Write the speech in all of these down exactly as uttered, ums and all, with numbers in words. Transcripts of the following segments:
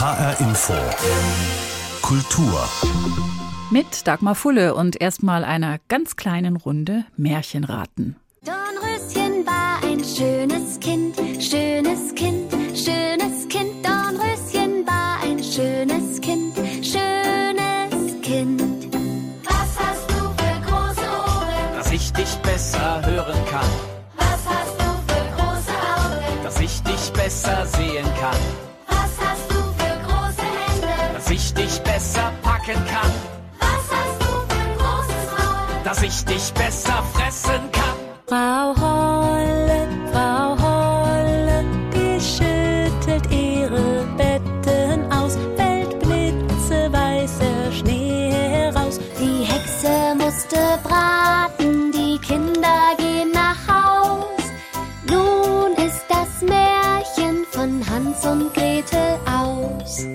H R Info Kultur mit Dagmar Fulle und erstmal einer ganz kleinen Runde Märchenraten. Dornröschen war ein schönes Kind, schönes Kind, schönes Kind. Dornröschen war ein schönes Kind, schönes Kind. Was hast du für große Ohren, dass ich dich besser hören kann? Was hast du für große Augen, dass ich dich besser sehen kann? Was hast du für große Hände, dass ich dich besser packen kann? was hast du für ein großes Maul, Dass ich dich besser fressen kann? Frau Holle, Frau Holle, die schüttelt ihre Betten aus, fällt Blitze, weißer Schnee heraus. Die Hexe musste braten, die Kinder gehen nach Haus. Nun ist das Märchen von Hans und Gretel aus.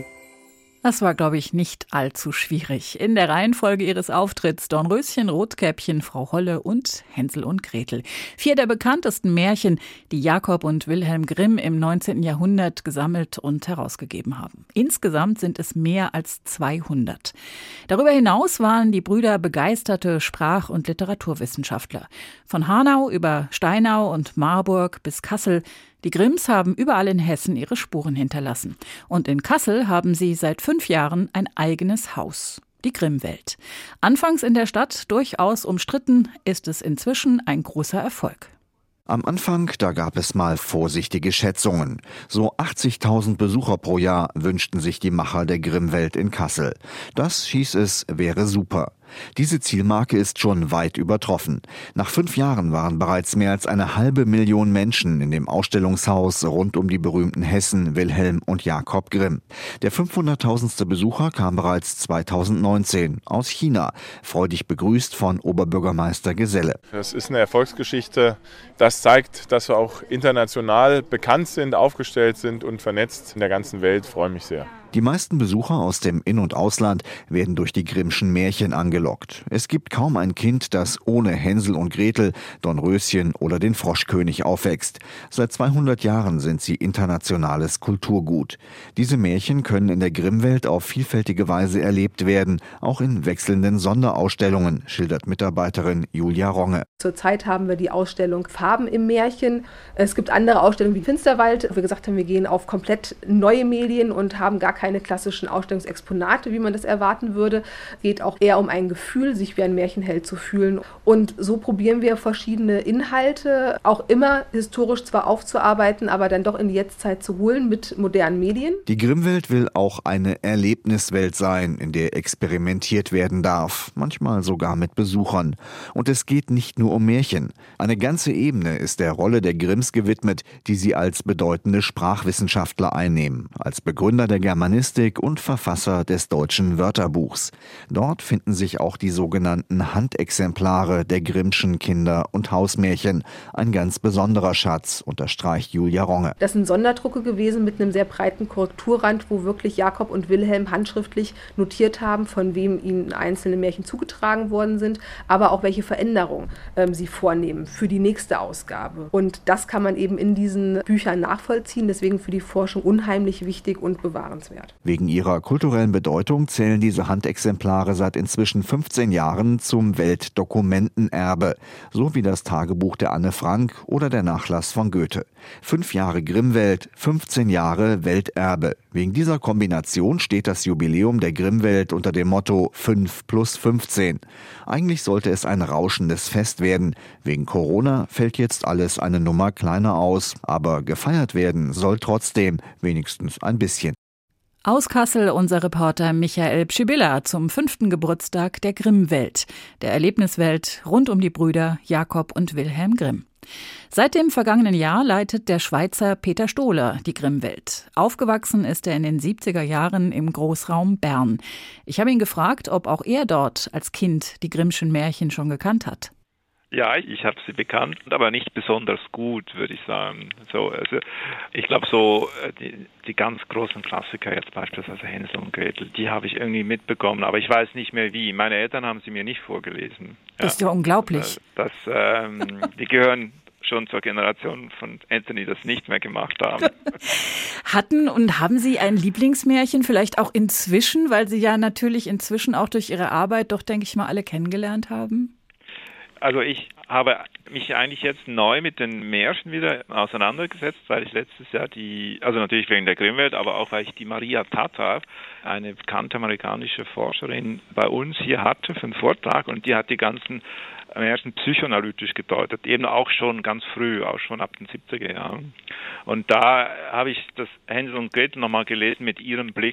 Das war, glaube ich, nicht allzu schwierig. In der Reihenfolge ihres Auftritts Dornröschen, Rotkäppchen, Frau Holle und Hänsel und Gretel. Vier der bekanntesten Märchen, die Jakob und Wilhelm Grimm im neunzehnten Jahrhundert gesammelt und herausgegeben haben. Insgesamt sind es mehr als zweihundert. Darüber hinaus waren die Brüder begeisterte Sprach- und Literaturwissenschaftler. Von Hanau über Steinau und Marburg bis Kassel. Die Grimms haben überall in Hessen ihre Spuren hinterlassen. Und in Kassel haben sie seit fünf Jahren ein eigenes Haus, die Grimmwelt. Anfangs in der Stadt durchaus umstritten, ist es inzwischen ein großer Erfolg. Am Anfang, da gab es mal vorsichtige Schätzungen. So achtzigtausend Besucher pro Jahr wünschten sich die Macher der Grimmwelt in Kassel. Das, hieß es, wäre super. Diese Zielmarke ist schon weit übertroffen. Nach fünf Jahren waren bereits mehr als eine halbe Million Menschen in dem Ausstellungshaus rund um die berühmten Hessen, Wilhelm und Jakob Grimm. Der fünfhunderttausendste Besucher kam bereits zweitausendneunzehn aus China, freudig begrüßt von Oberbürgermeister Geselle. Das ist eine Erfolgsgeschichte. Das zeigt, dass wir auch international bekannt sind, aufgestellt sind und vernetzt in der ganzen Welt. Ich freue mich sehr. Die meisten Besucher aus dem In- und Ausland werden durch die Grimmschen Märchen angelockt. Es gibt kaum ein Kind, das ohne Hänsel und Gretel, Dornröschen oder den Froschkönig aufwächst. Seit zweihundert Jahren sind sie internationales Kulturgut. Diese Märchen können in der Grimmwelt auf vielfältige Weise erlebt werden, auch in wechselnden Sonderausstellungen, schildert Mitarbeiterin Julia Ronge. Zurzeit haben wir die Ausstellung Farben im Märchen. Es gibt andere Ausstellungen wie Finsterwald. Wir gesagt haben, wir gehen auf komplett neue Medien und haben gar keine klassischen Ausstellungsexponate, wie man das erwarten würde. Es geht auch eher um ein Gefühl, sich wie ein Märchenheld zu fühlen. Und so probieren wir verschiedene Inhalte auch immer historisch zwar aufzuarbeiten, aber dann doch in die Jetztzeit zu holen mit modernen Medien. Die Grimmwelt will auch eine Erlebniswelt sein, in der experimentiert werden darf, manchmal sogar mit Besuchern. Und es geht nicht nur um Märchen. Eine ganze Ebene ist der Rolle der Grimms gewidmet, die sie als bedeutende Sprachwissenschaftler einnehmen, als Begründer der Germanistik und Verfasser des deutschen Wörterbuchs. Dort finden sich auch die sogenannten Handexemplare der Grimmschen Kinder- und Hausmärchen. Ein ganz besonderer Schatz, unterstreicht Julia Ronge. Das sind Sonderdrucke gewesen mit einem sehr breiten Korrekturrand, wo wirklich Jakob und Wilhelm handschriftlich notiert haben, von wem ihnen einzelne Märchen zugetragen worden sind, aber auch welche Veränderungen ähm, sie vornehmen für die nächste Ausgabe. Und das kann man eben in diesen Büchern nachvollziehen, deswegen für die Forschung unheimlich wichtig und bewahrenswert. Wegen ihrer kulturellen Bedeutung zählen diese Handexemplare seit inzwischen fünfzehn Jahren zum Weltdokumentenerbe, so wie das Tagebuch der Anne Frank oder der Nachlass von Goethe. Fünf Jahre Grimmwelt, fünfzehn Jahre Welterbe. Wegen dieser Kombination steht das Jubiläum der Grimmwelt unter dem Motto fünf plus fünfzehn. Eigentlich sollte es ein rauschendes Fest werden. Wegen Corona fällt jetzt alles eine Nummer kleiner aus, aber gefeiert werden soll trotzdem, wenigstens ein bisschen. Aus Kassel unser Reporter Michael Pschibilla zum fünften Geburtstag der Grimmwelt, der Erlebniswelt rund um die Brüder Jakob und Wilhelm Grimm. Seit dem vergangenen Jahr leitet der Schweizer Peter Stohler die Grimmwelt. Aufgewachsen ist er in den siebziger Jahren im Großraum Bern. Ich habe ihn gefragt, ob auch er dort als Kind die Grimmschen Märchen schon gekannt hat. Ja, ich habe sie bekannt, aber nicht besonders gut, würde ich sagen. So, also ich glaube so die, die ganz großen Klassiker, jetzt beispielsweise Hänsel und Gretel, die habe ich irgendwie mitbekommen, aber ich weiß nicht mehr wie. Meine Eltern haben sie mir nicht vorgelesen. Das ist ja unglaublich. Das, das, ähm, die gehören schon zur Generation von Anthony das nicht mehr gemacht haben. Hatten und haben Sie ein Lieblingsmärchen, vielleicht auch inzwischen, weil Sie ja natürlich inzwischen auch durch Ihre Arbeit doch, denke ich mal, alle kennengelernt haben? Also ich habe mich eigentlich jetzt neu mit den Märchen wieder auseinandergesetzt, weil ich letztes Jahr die, also natürlich wegen der Grimmwelt, aber auch weil ich die Maria Tatar, eine bekannte amerikanische Forscherin, bei uns hier hatte für einen Vortrag, und die hat die ganzen Märchen psychoanalytisch gedeutet, eben auch schon ganz früh, auch schon ab den siebziger Jahren. Und da habe ich das Hänsel und Gretel nochmal gelesen mit ihrem Blick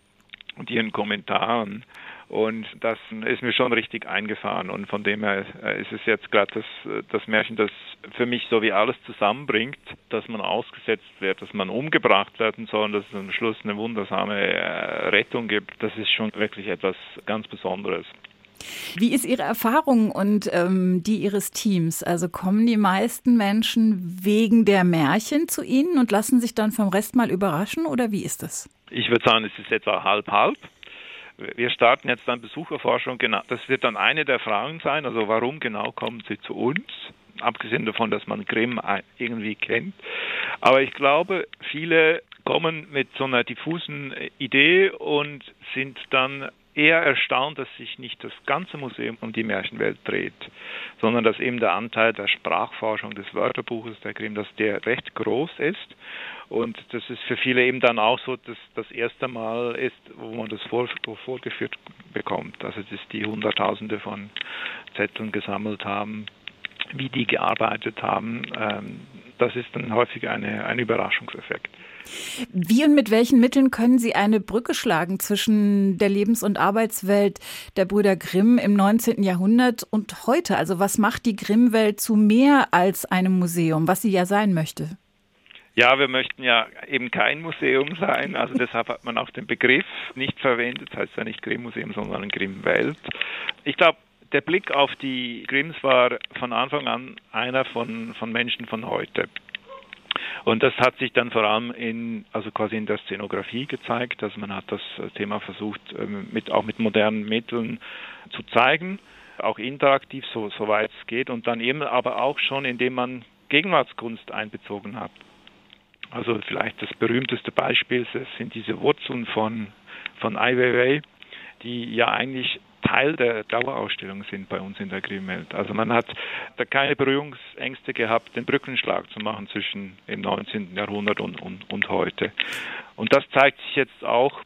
und ihren Kommentaren. Und das ist mir schon richtig eingefahren. Und von dem her ist es jetzt gerade das, das Märchen, das für mich so wie alles zusammenbringt, dass man ausgesetzt wird, dass man umgebracht werden soll und dass es am Schluss eine wundersame Rettung gibt. Das ist schon wirklich etwas ganz Besonderes. Wie ist Ihre Erfahrung und ähm, die Ihres Teams? Also kommen die meisten Menschen wegen der Märchen zu Ihnen und lassen sich dann vom Rest mal überraschen, oder wie ist das? Ich würde sagen, es ist etwa halb-halb. Wir starten jetzt dann Besucherforschung, genau. Das wird dann eine der Fragen sein, also warum genau kommen Sie zu uns? Abgesehen davon, dass man Grimm irgendwie kennt. Aber ich glaube, viele kommen mit so einer diffusen Idee und sind dann eher erstaunt, dass sich nicht das ganze Museum um die Märchenwelt dreht, sondern dass eben der Anteil der Sprachforschung des Wörterbuches der Grimm, dass der recht groß ist. Und das ist für viele eben dann auch so, dass das erste Mal ist, wo man das vor, vorgeführt bekommt. Also dass die Hunderttausende von Zetteln gesammelt haben, wie die gearbeitet haben. Das ist dann häufig eine, ein Überraschungseffekt. Wie und mit welchen Mitteln können Sie eine Brücke schlagen zwischen der Lebens- und Arbeitswelt der Brüder Grimm im neunzehnten Jahrhundert und heute? Also was macht die Grimm-Welt zu mehr als einem Museum, was sie ja sein möchte? Ja, wir möchten ja eben kein Museum sein, also deshalb hat man auch den Begriff nicht verwendet, das heißt ja nicht Grimm-Museum, sondern Grimm-Welt. Ich glaube, der Blick auf die Grimms war von Anfang an einer von, von Menschen von heute. Und das hat sich dann vor allem in, also quasi in der Szenografie gezeigt, also man hat das Thema versucht, mit, auch mit modernen Mitteln zu zeigen, auch interaktiv, so, so weit es geht, und dann eben aber auch schon, indem man Gegenwartskunst einbezogen hat. Also vielleicht das berühmteste Beispiel sind diese Wurzeln von, von Ai Weiwei, die ja eigentlich Teil der Dauerausstellung sind bei uns in der Grimmwelt. Also man hat da keine Berührungsängste gehabt, den Brückenschlag zu machen zwischen dem neunzehnten Jahrhundert und, und, und heute. Und das zeigt sich jetzt auch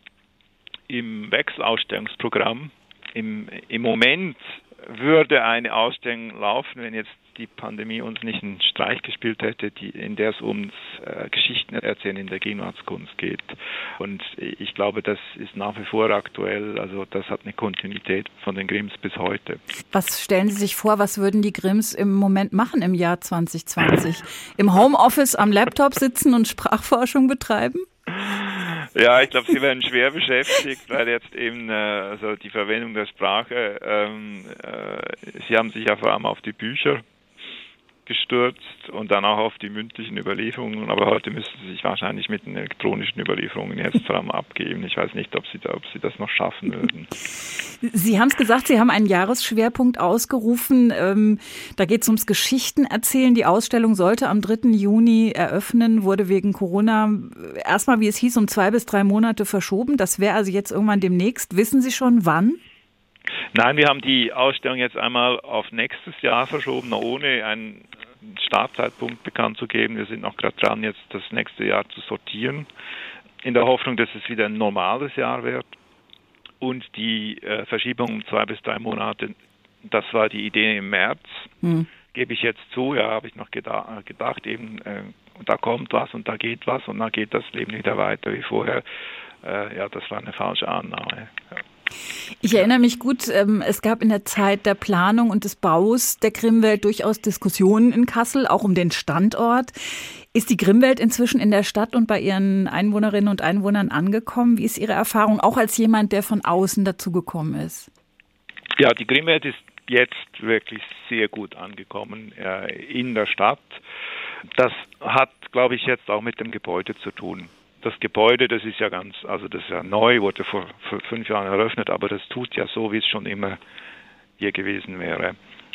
im Wechselausstellungsprogramm. Im, im Moment würde eine Ausstellung laufen, wenn jetzt die Pandemie uns nicht einen Streich gespielt hätte, die, in der es ums äh, Geschichten erzählen in der Gegenwartskunst geht. Und ich glaube, das ist nach wie vor aktuell. Also das hat eine Kontinuität von den Grimms bis heute. Was stellen Sie sich vor, was würden die Grimms im Moment machen im Jahr zwanzig zwanzig? Im Homeoffice am Laptop sitzen und Sprachforschung betreiben? Ja, ich glaube, sie werden schwer beschäftigt, weil jetzt eben äh, also die Verwendung der Sprache, ähm, äh, sie haben sich ja vor allem auf die Bücher gestürzt und dann auch auf die mündlichen Überlieferungen, aber heute müssen sie sich wahrscheinlich mit den elektronischen Überlieferungen jetzt vor allem abgeben. Ich weiß nicht, ob sie, da, ob sie das noch schaffen würden. Sie haben es gesagt, Sie haben einen Jahresschwerpunkt ausgerufen. Ähm, da geht es ums Geschichtenerzählen. Die Ausstellung sollte am dritten Juni eröffnen, wurde wegen Corona erstmal, wie es hieß, um zwei bis drei Monate verschoben. Das wäre also jetzt irgendwann demnächst. Wissen Sie schon, wann? Nein, wir haben die Ausstellung jetzt einmal auf nächstes Jahr verschoben, ohne einen Startzeitpunkt bekannt zu geben. Wir sind noch gerade dran, jetzt das nächste Jahr zu sortieren, in der Hoffnung, dass es wieder ein normales Jahr wird. Und die äh, Verschiebung um zwei bis drei Monate, das war die Idee im März, hm. gebe ich jetzt zu, ja, habe ich noch geda- gedacht, eben, äh, da kommt was und da geht was und dann geht das Leben wieder weiter wie vorher. Äh, ja, das war eine falsche Annahme. Ja. Ich erinnere mich gut, es gab in der Zeit der Planung und des Baus der Grimmwelt durchaus Diskussionen in Kassel, auch um den Standort. Ist die Grimmwelt inzwischen in der Stadt und bei ihren Einwohnerinnen und Einwohnern angekommen? Wie ist Ihre Erfahrung, auch als jemand, der von außen dazugekommen ist? Ja, die Grimmwelt ist jetzt wirklich sehr gut angekommen äh, in der Stadt. Das hat, glaube ich, jetzt auch mit dem Gebäude zu tun. Das Gebäude, das ist ja ganz, also das ist ja neu, wurde vor, vor fünf Jahren eröffnet, aber das tut ja so, wie es schon immer hier gewesen wäre.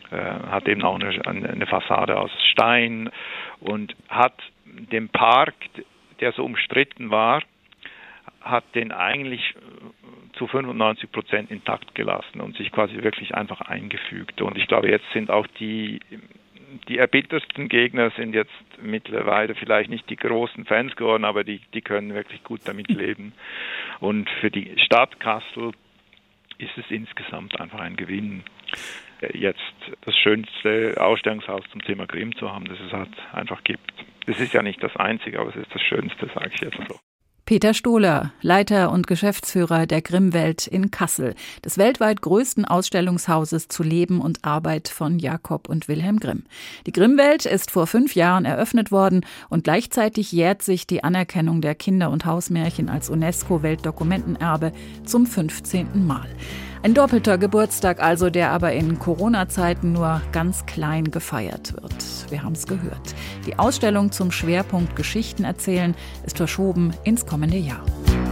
äh, hat eben auch eine, eine Fassade aus Stein und hat den Park, der so umstritten war, hat den eigentlich zu fünfundneunzig Prozent intakt gelassen und sich quasi wirklich einfach eingefügt. Und ich glaube, jetzt sind auch die, die erbittersten Gegner sind jetzt mittlerweile vielleicht nicht die großen Fans geworden, aber die, die können wirklich gut damit leben. Und für die Stadt Kassel ist es insgesamt einfach ein Gewinn, jetzt das schönste Ausstellungshaus zum Thema Grimm zu haben, das es halt einfach gibt. Das ist ja nicht das Einzige, aber es ist das Schönste, sage ich jetzt so. Peter Stohler, Leiter und Geschäftsführer der Grimm-Welt in Kassel, des weltweit größten Ausstellungshauses zu Leben und Arbeit von Jakob und Wilhelm Grimm. Die Grimm-Welt ist vor fünf Jahren eröffnet worden und gleichzeitig jährt sich die Anerkennung der Kinder- und Hausmärchen als UNESCO-Weltdokumentenerbe zum fünfzehnten Mal. Ein doppelter Geburtstag also, der aber in Corona-Zeiten nur ganz klein gefeiert wird. Wir haben es gehört. Die Ausstellung zum Schwerpunkt Geschichten erzählen ist verschoben ins kommende Jahr.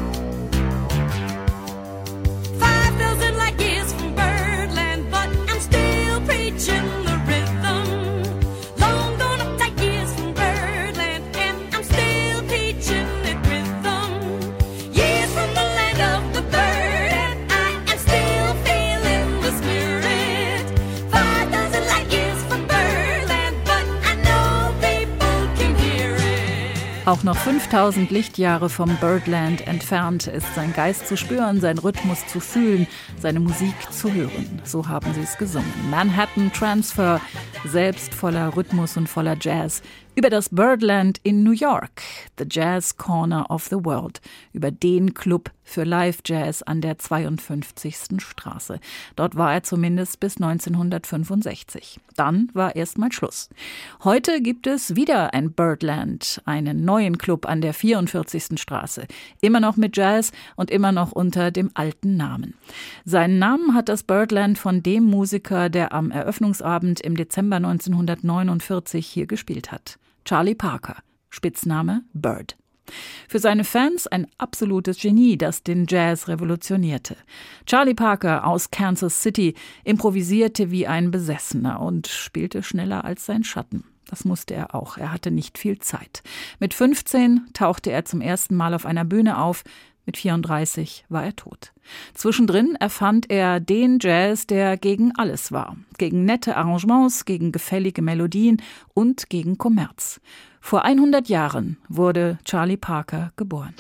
Auch noch fünftausend Lichtjahre vom Birdland entfernt ist sein Geist zu spüren, sein Rhythmus zu fühlen, seine Musik zu hören. So haben sie es gesungen. Manhattan Transfer, selbst voller Rhythmus und voller Jazz. Über das Birdland in New York, The Jazz Corner of the World, über den Club für Live-Jazz an der zweiundfünfzigsten Straße. Dort war er zumindest bis neunzehnhundertfünfundsechzig. Dann war erstmal Schluss. Heute gibt es wieder ein Birdland, einen neuen Club an der vierundvierzigsten Straße. Immer noch mit Jazz und immer noch unter dem alten Namen. Seinen Namen hat das Birdland von dem Musiker, der am Eröffnungsabend im Dezember neunzehnhundertneunundvierzig hier gespielt hat. Charlie Parker, Spitzname Bird. Für seine Fans ein absolutes Genie, das den Jazz revolutionierte. Charlie Parker aus Kansas City improvisierte wie ein Besessener und spielte schneller als sein Schatten. Das musste er auch, er hatte nicht viel Zeit. Mit fünfzehn tauchte er zum ersten Mal auf einer Bühne auf, mit vierunddreißig war er tot. Zwischendrin erfand er den Jazz, der gegen alles war. Gegen nette Arrangements, gegen gefällige Melodien und gegen Kommerz. Vor hundert Jahren wurde Charlie Parker geboren.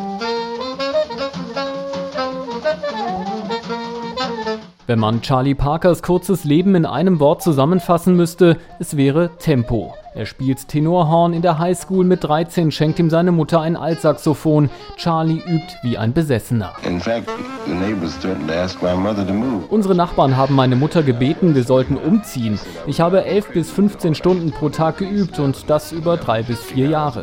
Wenn man Charlie Parkers kurzes Leben in einem Wort zusammenfassen müsste, es wäre Tempo. Er spielt Tenorhorn in der Highschool, mit dreizehn schenkt ihm seine Mutter ein Altsaxophon. Charlie übt wie ein Besessener. Unsere Nachbarn haben meine Mutter gebeten, wir sollten umziehen. Ich habe elf bis fünfzehn Stunden pro Tag geübt und das über drei bis vier Jahre.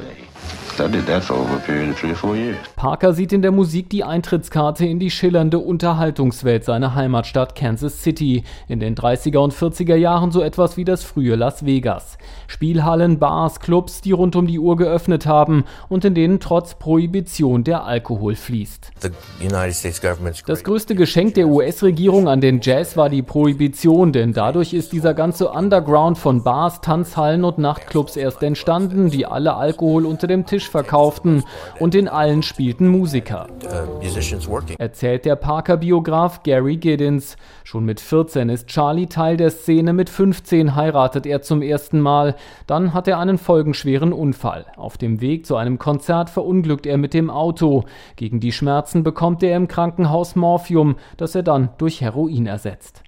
Parker sieht in der Musik die Eintrittskarte in die schillernde Unterhaltungswelt seiner Heimatstadt Kansas City. In den dreißiger und vierziger Jahren so etwas wie das frühe Las Vegas. Spielhallen, Bars, Clubs, die rund um die Uhr geöffnet haben und in denen trotz Prohibition der Alkohol fließt. Das größte Geschenk der U S-Regierung an den Jazz war die Prohibition, denn dadurch ist dieser ganze Underground von Bars, Tanzhallen und Nachtclubs erst entstanden, die alle Alkohol unter dem Tisch verkauften und in allen spielten Musiker. Erzählt der Parker-Biograf Gary Giddens. Schon mit vierzehn ist Charlie Teil der Szene, mit fünfzehn heiratet er zum ersten Mal. Dann hat er einen folgenschweren Unfall. Auf dem Weg zu einem Konzert verunglückt er mit dem Auto. Gegen die Schmerzen bekommt er im Krankenhaus Morphium, das er dann durch Heroin ersetzt.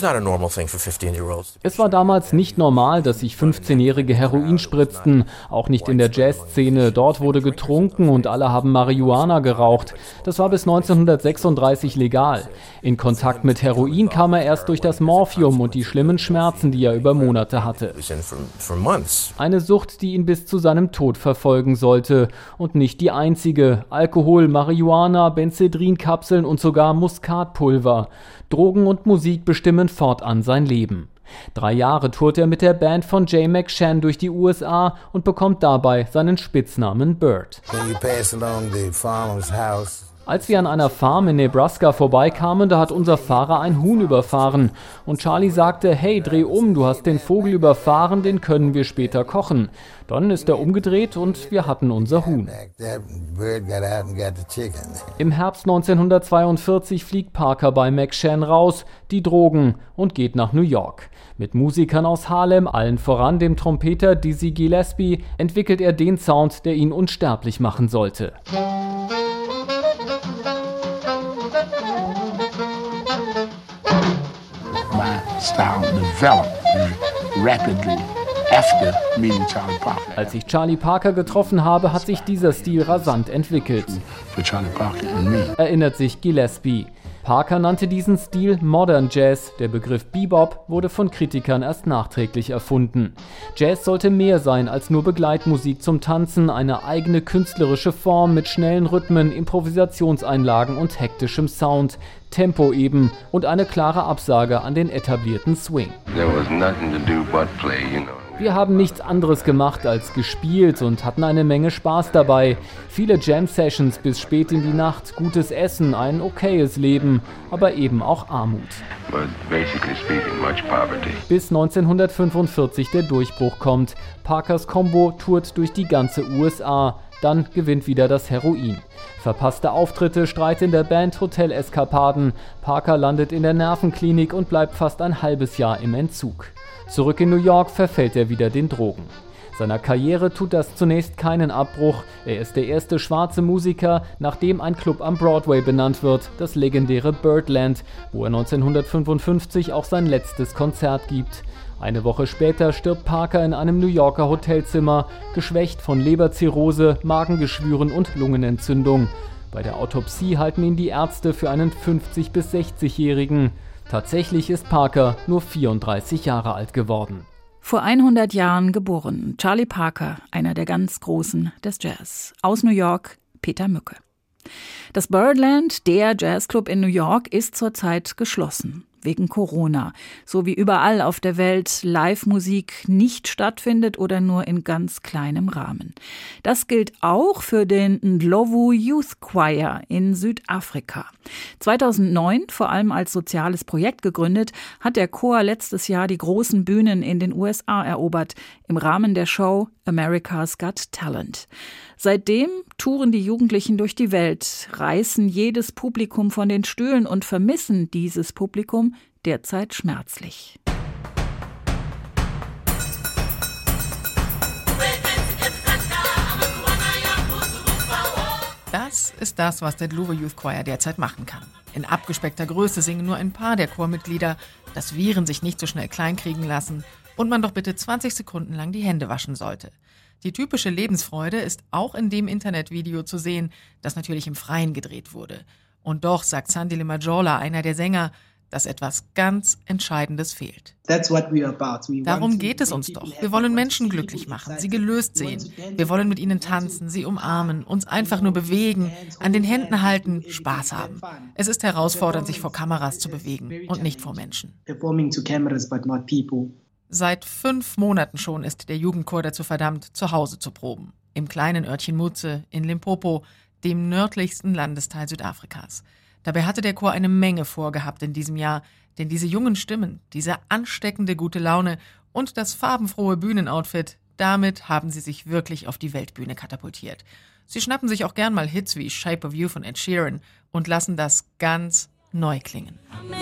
Es war damals nicht normal, dass sich fünfzehnjährige Heroin spritzten, auch nicht in der Jazzszene. Dort wurde getrunken und alle haben Marihuana geraucht. Das war bis neunzehnhundertsechsunddreißig legal. In Kontakt mit Heroin kam er erst durch das Morphium und die schlimmen Schmerzen, die er über Monate hatte. Eine Sucht, die ihn bis zu seinem Tod verfolgen sollte. Und nicht die einzige. Alkohol, Marihuana, Benzedrinkapseln und sogar Muskatpulver. Drogen und Musik bestimmen fortan sein Leben. Drei Jahre tourt er mit der Band von Jay McShann durch die U S A und bekommt dabei seinen Spitznamen Bird. Als wir an einer Farm in Nebraska vorbeikamen, da hat unser Fahrer ein Huhn überfahren. Und Charlie sagte, hey, dreh um, du hast den Vogel überfahren, den können wir später kochen. Dann ist er umgedreht und wir hatten unser Huhn. Im Herbst neunzehnhundertzweiundvierzig fliegt Parker bei McShann raus, die Drogen, und geht nach New York. Mit Musikern aus Harlem, allen voran dem Trompeter Dizzy Gillespie, entwickelt er den Sound, der ihn unsterblich machen sollte. Als ich Charlie Parker getroffen habe, hat sich dieser Stil rasant entwickelt, erinnert sich Gillespie. Parker nannte diesen Stil Modern Jazz. Der Begriff Bebop wurde von Kritikern erst nachträglich erfunden. Jazz sollte mehr sein als nur Begleitmusik zum Tanzen, eine eigene künstlerische Form mit schnellen Rhythmen, Improvisationseinlagen und hektischem Sound, Tempo eben und eine klare Absage an den etablierten Swing. There was nothing to do but play, you know. Wir haben nichts anderes gemacht als gespielt und hatten eine Menge Spaß dabei. Viele Jam-Sessions bis spät in die Nacht, gutes Essen, ein okayes Leben, aber eben auch Armut. Bis neunzehnhundertfünfundvierzig der Durchbruch kommt. Parkers Combo tourt durch die ganze U S A. Dann gewinnt wieder das Heroin. Verpasste Auftritte, Streit in der Band, Hoteleskapaden. Parker landet in der Nervenklinik und bleibt fast ein halbes Jahr im Entzug. Zurück in New York verfällt er wieder den Drogen. Seiner Karriere tut das zunächst keinen Abbruch. Er ist der erste schwarze Musiker, nach dem ein Club am Broadway benannt wird, das legendäre Birdland, wo er neunzehnhundertfünfundfünfzig auch sein letztes Konzert gibt. Eine Woche später stirbt Parker in einem New Yorker Hotelzimmer, geschwächt von Leberzirrhose, Magengeschwüren und Lungenentzündung. Bei der Autopsie halten ihn die Ärzte für einen fünfzig- bis sechzigjährigen. Tatsächlich ist Parker nur vierunddreißig Jahre alt geworden. Vor hundert Jahren geboren, Charlie Parker, einer der ganz Großen des Jazz. Aus New York, Peter Mücke. Das Birdland, der Jazzclub in New York, ist zurzeit geschlossen. Wegen Corona. So wie überall auf der Welt Live-Musik nicht stattfindet oder nur in ganz kleinem Rahmen. Das gilt auch für den Ndlovu Youth Choir in Südafrika. zweitausendneun, vor allem als soziales Projekt gegründet, hat der Chor letztes Jahr die großen Bühnen in den U S A erobert, im Rahmen der Show America's Got Talent. Seitdem touren die Jugendlichen durch die Welt, reißen jedes Publikum von den Stühlen und vermissen dieses Publikum derzeit schmerzlich. Das ist das, was der Ndlovu Youth Choir derzeit machen kann. In abgespeckter Größe singen nur ein paar der Chormitglieder, dass Viren sich nicht so schnell kleinkriegen lassen und man doch bitte zwanzig Sekunden lang die Hände waschen sollte. Die typische Lebensfreude ist auch in dem Internetvideo zu sehen, das natürlich im Freien gedreht wurde. Und doch, sagt Sandile Majola, einer der Sänger, dass etwas ganz Entscheidendes fehlt. Darum geht es uns doch. Wir wollen Menschen glücklich machen, sie gelöst sehen. Wir wollen mit ihnen tanzen, sie umarmen, uns einfach nur bewegen, an den Händen halten, Spaß haben. Es ist herausfordernd, sich vor Kameras zu bewegen und nicht vor Menschen. Seit fünf Monaten schon ist der Jugendchor dazu verdammt, zu Hause zu proben. Im kleinen Örtchen Mutse in Limpopo, dem nördlichsten Landesteil Südafrikas. Dabei hatte der Chor eine Menge vorgehabt in diesem Jahr, denn diese jungen Stimmen, diese ansteckende gute Laune und das farbenfrohe Bühnenoutfit, damit haben sie sich wirklich auf die Weltbühne katapultiert. Sie schnappen sich auch gern mal Hits wie Shape of You von Ed Sheeran und lassen das ganz neu klingen.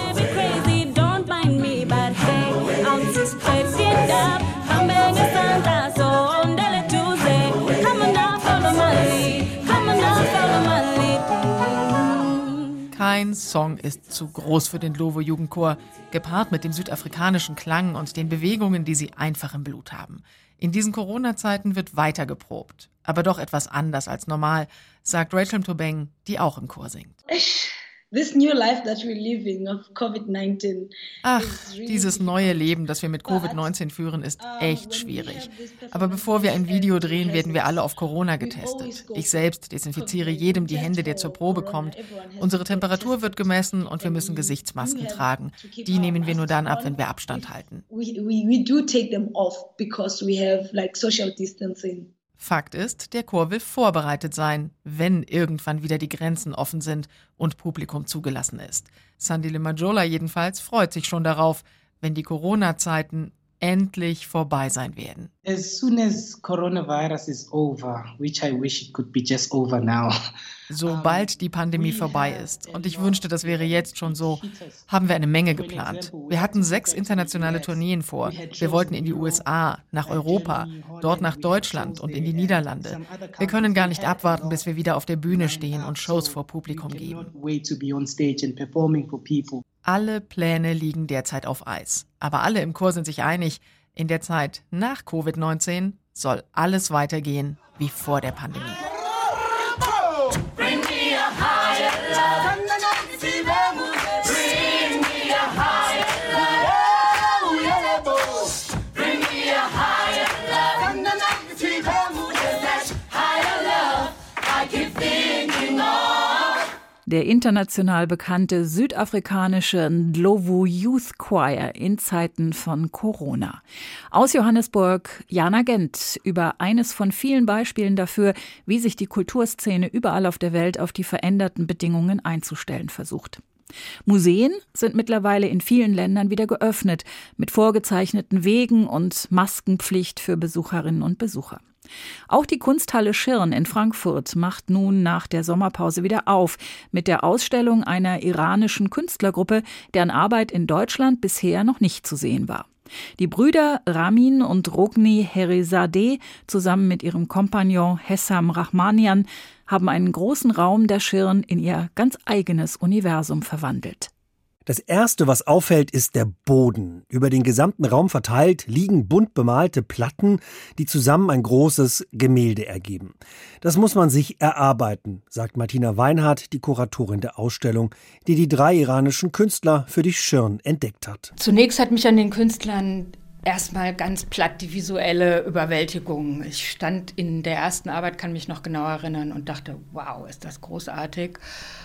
Kein Song ist zu groß für den Ndlovu Jugendchor, gepaart mit dem südafrikanischen Klang und den Bewegungen, die sie einfach im Blut haben. In diesen Corona-Zeiten wird weiter geprobt, aber doch etwas anders als normal, sagt Rachel Mtobeng, die auch im Chor singt. This new life that we're living of COVID nineteen. Ach, dieses neue Leben, das wir mit Covid neunzehn führen, ist echt schwierig. Aber bevor wir ein Video drehen, werden wir alle auf Corona getestet. Ich selbst desinfiziere jedem die Hände, der zur Probe kommt. Unsere Temperatur wird gemessen und wir müssen Gesichtsmasken tragen. Die nehmen wir nur dann ab, wenn wir Abstand halten. We, we, we do take them off because we have like social distancing. Fakt ist, der Chor will vorbereitet sein, wenn irgendwann wieder die Grenzen offen sind und Publikum zugelassen ist. Sandile Majola jedenfalls freut sich schon darauf, wenn die Corona-Zeiten endlich vorbei sein werden. As soon as coronavirus is over, which I wish it could be just over now. Sobald die Pandemie vorbei ist, und ich wünschte, das wäre jetzt schon so, haben wir eine Menge geplant. Wir hatten sechs internationale Tourneen vor. Wir wollten in die U S A, nach Europa, dort nach Deutschland und in die Niederlande. Wir können gar nicht abwarten, bis wir wieder auf der Bühne stehen und Shows vor Publikum geben. Alle Pläne liegen derzeit auf Eis. Aber alle im Chor sind sich einig, in der Zeit nach Covid neunzehn soll alles weitergehen wie vor der Pandemie. Bring me a higher love. Bring me a higher love. Bring me a higher love. That higher love I keep thinking of. Der international bekannte südafrikanische Ndlovu Youth Choir in Zeiten von Corona. Aus Johannesburg, Jana Gent über eines von vielen Beispielen dafür, wie sich die Kulturszene überall auf der Welt auf die veränderten Bedingungen einzustellen versucht. Museen sind mittlerweile in vielen Ländern wieder geöffnet, mit vorgezeichneten Wegen und Maskenpflicht für Besucherinnen und Besucher. Auch die Kunsthalle Schirn in Frankfurt macht nun nach der Sommerpause wieder auf mit der Ausstellung einer iranischen Künstlergruppe, deren Arbeit in Deutschland bisher noch nicht zu sehen war. Die Brüder Ramin und Rogni Herizadeh zusammen mit ihrem Kompagnon Hessam Rahmanian haben einen großen Raum der Schirn in ihr ganz eigenes Universum verwandelt. Das Erste, was auffällt, ist der Boden. Über den gesamten Raum verteilt liegen bunt bemalte Platten, die zusammen ein großes Gemälde ergeben. Das muss man sich erarbeiten, sagt Martina Weinhardt, die Kuratorin der Ausstellung, die die drei iranischen Künstler für die Schirn entdeckt hat. Zunächst hat mich an den Künstlern erstmal ganz platt die visuelle Überwältigung. Ich stand in der ersten Arbeit, kann mich noch genau erinnern, und dachte, wow, ist das großartig.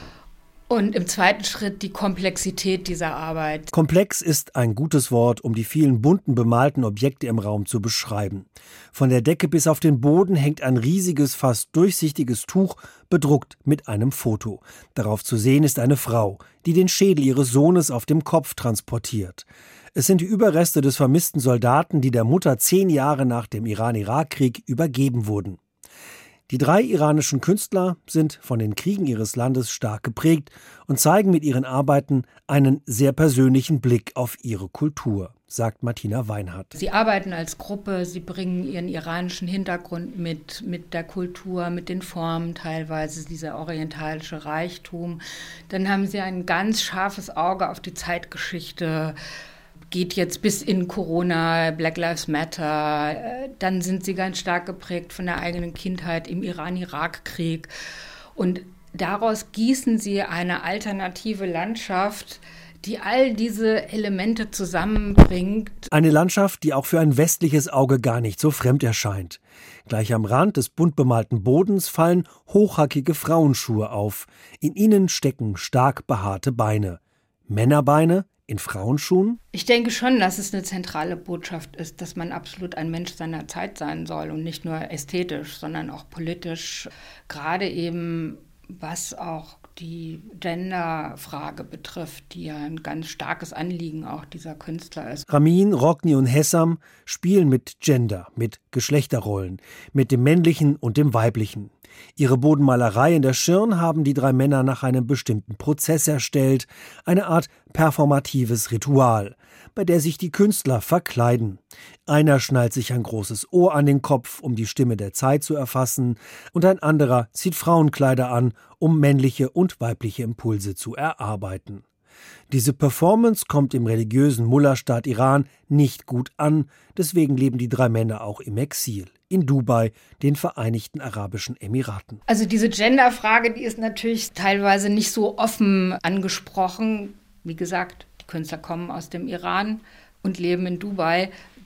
Und im zweiten Schritt die Komplexität dieser Arbeit. Komplex ist ein gutes Wort, um die vielen bunten bemalten Objekte im Raum zu beschreiben. Von der Decke bis auf den Boden hängt ein riesiges, fast durchsichtiges Tuch, bedruckt mit einem Foto. Darauf zu sehen ist eine Frau, die den Schädel ihres Sohnes auf dem Kopf transportiert. Es sind die Überreste des vermissten Soldaten, die der Mutter zehn Jahre nach dem Iran-Irak-Krieg übergeben wurden. Die drei iranischen Künstler sind von den Kriegen ihres Landes stark geprägt und zeigen mit ihren Arbeiten einen sehr persönlichen Blick auf ihre Kultur, sagt Martina Weinhardt. Sie arbeiten als Gruppe, sie bringen ihren iranischen Hintergrund mit, mit der Kultur, mit den Formen teilweise, dieser orientalische Reichtum. Dann haben sie ein ganz scharfes Auge auf die Zeitgeschichte, geht jetzt bis in Corona, Black Lives Matter. Dann sind sie ganz stark geprägt von der eigenen Kindheit im Iran-Irak-Krieg. Und daraus gießen sie eine alternative Landschaft, die all diese Elemente zusammenbringt. Eine Landschaft, die auch für ein westliches Auge gar nicht so fremd erscheint. Gleich am Rand des bunt bemalten Bodens fallen hochhackige Frauenschuhe auf. In ihnen stecken stark behaarte Beine. Männerbeine in Frauenschuhen? Ich denke schon, dass es eine zentrale Botschaft ist, dass man absolut ein Mensch seiner Zeit sein soll und nicht nur ästhetisch, sondern auch politisch. Gerade eben, was auch die Gender-Frage betrifft, die ja ein ganz starkes Anliegen auch dieser Künstler ist. Ramin, Rogni und Hessam spielen mit Gender, mit Geschlechterrollen, mit dem Männlichen und dem Weiblichen. Ihre Bodenmalerei in der Schirn haben die drei Männer nach einem bestimmten Prozess erstellt, eine Art performatives Ritual, bei der sich die Künstler verkleiden. Einer schnallt sich ein großes Ohr an den Kopf, um die Stimme der Zeit zu erfassen, und ein anderer zieht Frauenkleider an, um männliche und weibliche Impulse zu erarbeiten. Diese Performance kommt im religiösen Mullah-Staat Iran nicht gut an, deswegen leben die drei Männer auch im Exil. In Dubai, den Vereinigten Arabischen Emiraten. Also diese Gender-Frage, die ist natürlich teilweise nicht so offen angesprochen. Wie gesagt, die Künstler kommen aus dem Iran und leben in Dubai.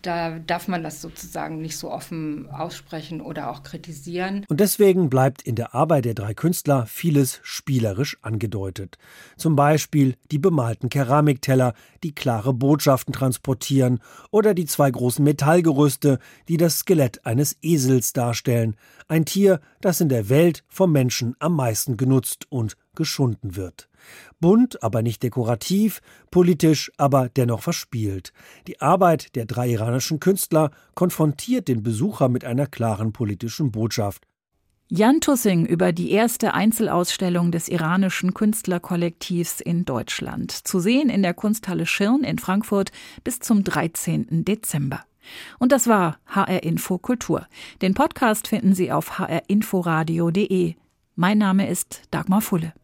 da darf man das sozusagen nicht so offen aussprechen oder auch kritisieren. Und deswegen bleibt in der Arbeit der drei Künstler vieles spielerisch angedeutet. Zum Beispiel die bemalten Keramikteller, die klare Botschaften transportieren, oder die zwei großen Metallgerüste, die das Skelett eines Esels darstellen. Ein Tier, das in der Welt vom Menschen am meisten genutzt und geschunden wird. Bunt, aber nicht dekorativ, politisch, aber dennoch verspielt. Die Arbeit der drei iranischen Künstler konfrontiert den Besucher mit einer klaren politischen Botschaft. Jan Tussing über die erste Einzelausstellung des iranischen Künstlerkollektivs in Deutschland. Zu sehen in der Kunsthalle Schirn in Frankfurt bis zum dreizehnten Dezember. Und das war H R Info Kultur. Den Podcast finden Sie auf h r inforadio punkt de. Mein Name ist Dagmar Fulle.